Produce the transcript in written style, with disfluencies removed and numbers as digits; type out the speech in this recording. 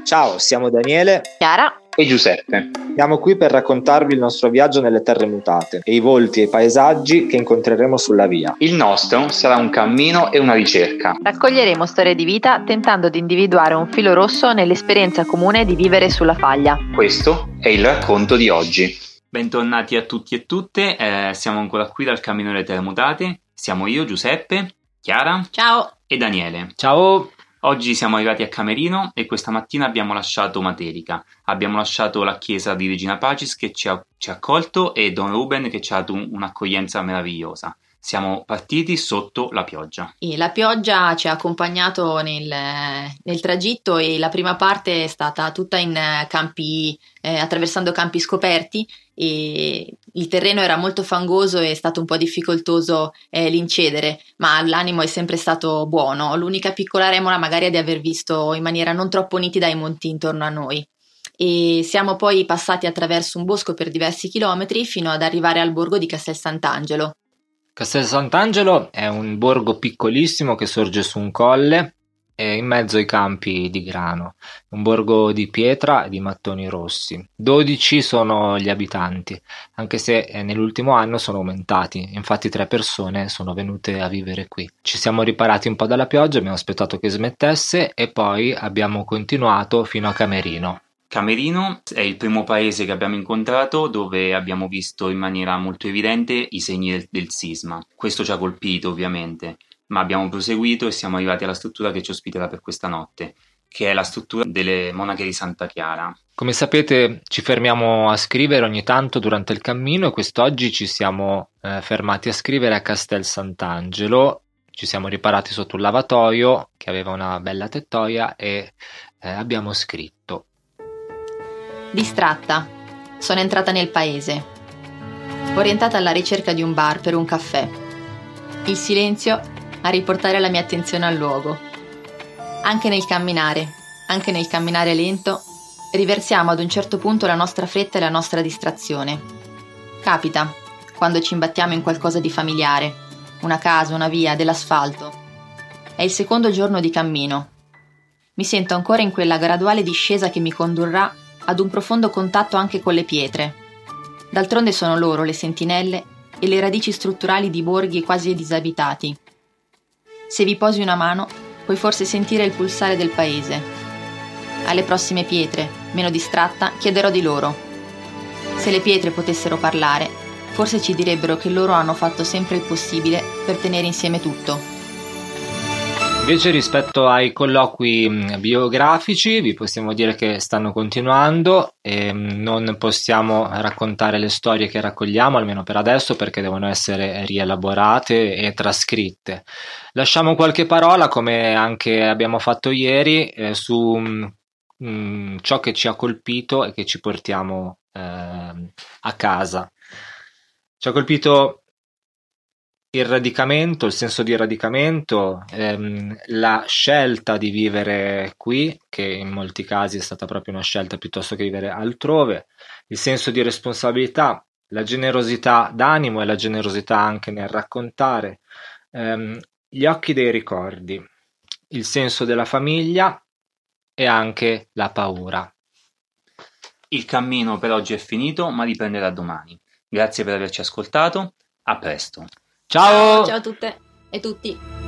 Ciao, siamo Daniele, Chiara e Giuseppe. Siamo qui per raccontarvi il nostro viaggio nelle terre mutate e i volti e i paesaggi che incontreremo sulla via. Il nostro sarà un cammino e una ricerca. Raccoglieremo storie di vita tentando di individuare un filo rosso nell'esperienza comune di vivere sulla faglia. Questo è il racconto di oggi. Bentornati a tutti e tutte, siamo ancora qui dal Cammino delle Terre Mutate. Siamo io, Giuseppe, Chiara Ciao e Daniele. Ciao! Oggi siamo arrivati a Camerino e questa mattina abbiamo lasciato Materica. Abbiamo lasciato la chiesa di Regina Pacis che ci ha accolto e Don Ruben che ci ha dato un'accoglienza meravigliosa. Siamo partiti sotto la pioggia. E la pioggia ci ha accompagnato nel tragitto e la prima parte è stata tutta in campi, attraversando campi scoperti, e il terreno era molto fangoso e è stato un po' difficoltoso l'incedere, ma l'animo è sempre stato buono. L'unica piccola remora magari è di aver visto in maniera non troppo nitida i monti intorno a noi. E siamo poi passati attraverso un bosco per diversi chilometri fino ad arrivare al borgo di Castel Sant'Angelo. Castel Sant'Angelo è un borgo piccolissimo che sorge su un colle in mezzo ai campi di grano, un borgo di pietra e di mattoni rossi. 12 sono gli abitanti, anche se nell'ultimo anno sono aumentati, infatti 3 persone sono venute a vivere qui. Ci siamo riparati un po' dalla pioggia, abbiamo aspettato che smettesse e poi abbiamo continuato fino a Camerino. Camerino è il primo paese che abbiamo incontrato dove abbiamo visto in maniera molto evidente i segni del sisma. Questo ci ha colpito ovviamente, ma abbiamo proseguito e siamo arrivati alla struttura che ci ospiterà per questa notte, che è la struttura delle Monache di Santa Chiara. Come sapete ci fermiamo a scrivere ogni tanto durante il cammino e quest'oggi ci siamo fermati a scrivere a Castel Sant'Angelo. Ci siamo riparati sotto un lavatoio che aveva una bella tettoia e abbiamo scritto. Distratta, sono entrata nel paese, orientata alla ricerca di un bar per un caffè. Il silenzio a riportare la mia attenzione al luogo. Anche nel camminare lento, riversiamo ad un certo punto la nostra fretta e la nostra distrazione. Capita, quando ci imbattiamo in qualcosa di familiare, una casa, una via, dell'asfalto. È il secondo giorno di cammino. Mi sento ancora in quella graduale discesa che mi condurrà ad un profondo contatto anche con le pietre. D'altronde sono loro le sentinelle e le radici strutturali di borghi quasi disabitati. Se vi posi una mano, puoi forse sentire il pulsare del paese. Alle prossime pietre, meno distratta, chiederò di loro. Se le pietre potessero parlare, forse ci direbbero che loro hanno fatto sempre il possibile per tenere insieme tutto. Invece rispetto ai colloqui biografici vi possiamo dire che stanno continuando e non possiamo raccontare le storie che raccogliamo, almeno per adesso, perché devono essere rielaborate e trascritte. Lasciamo qualche parola, come anche abbiamo fatto ieri, su ciò che ci ha colpito e che ci portiamo a casa. Ci ha colpito il radicamento, il senso di radicamento, la scelta di vivere qui, che in molti casi è stata proprio una scelta piuttosto che vivere altrove, il senso di responsabilità, la generosità d'animo e la generosità anche nel raccontare, gli occhi dei ricordi, il senso della famiglia e anche la paura. Il cammino per oggi è finito, ma riprenderà domani. Grazie per averci ascoltato, a presto. Ciao! Ciao a tutte e tutti!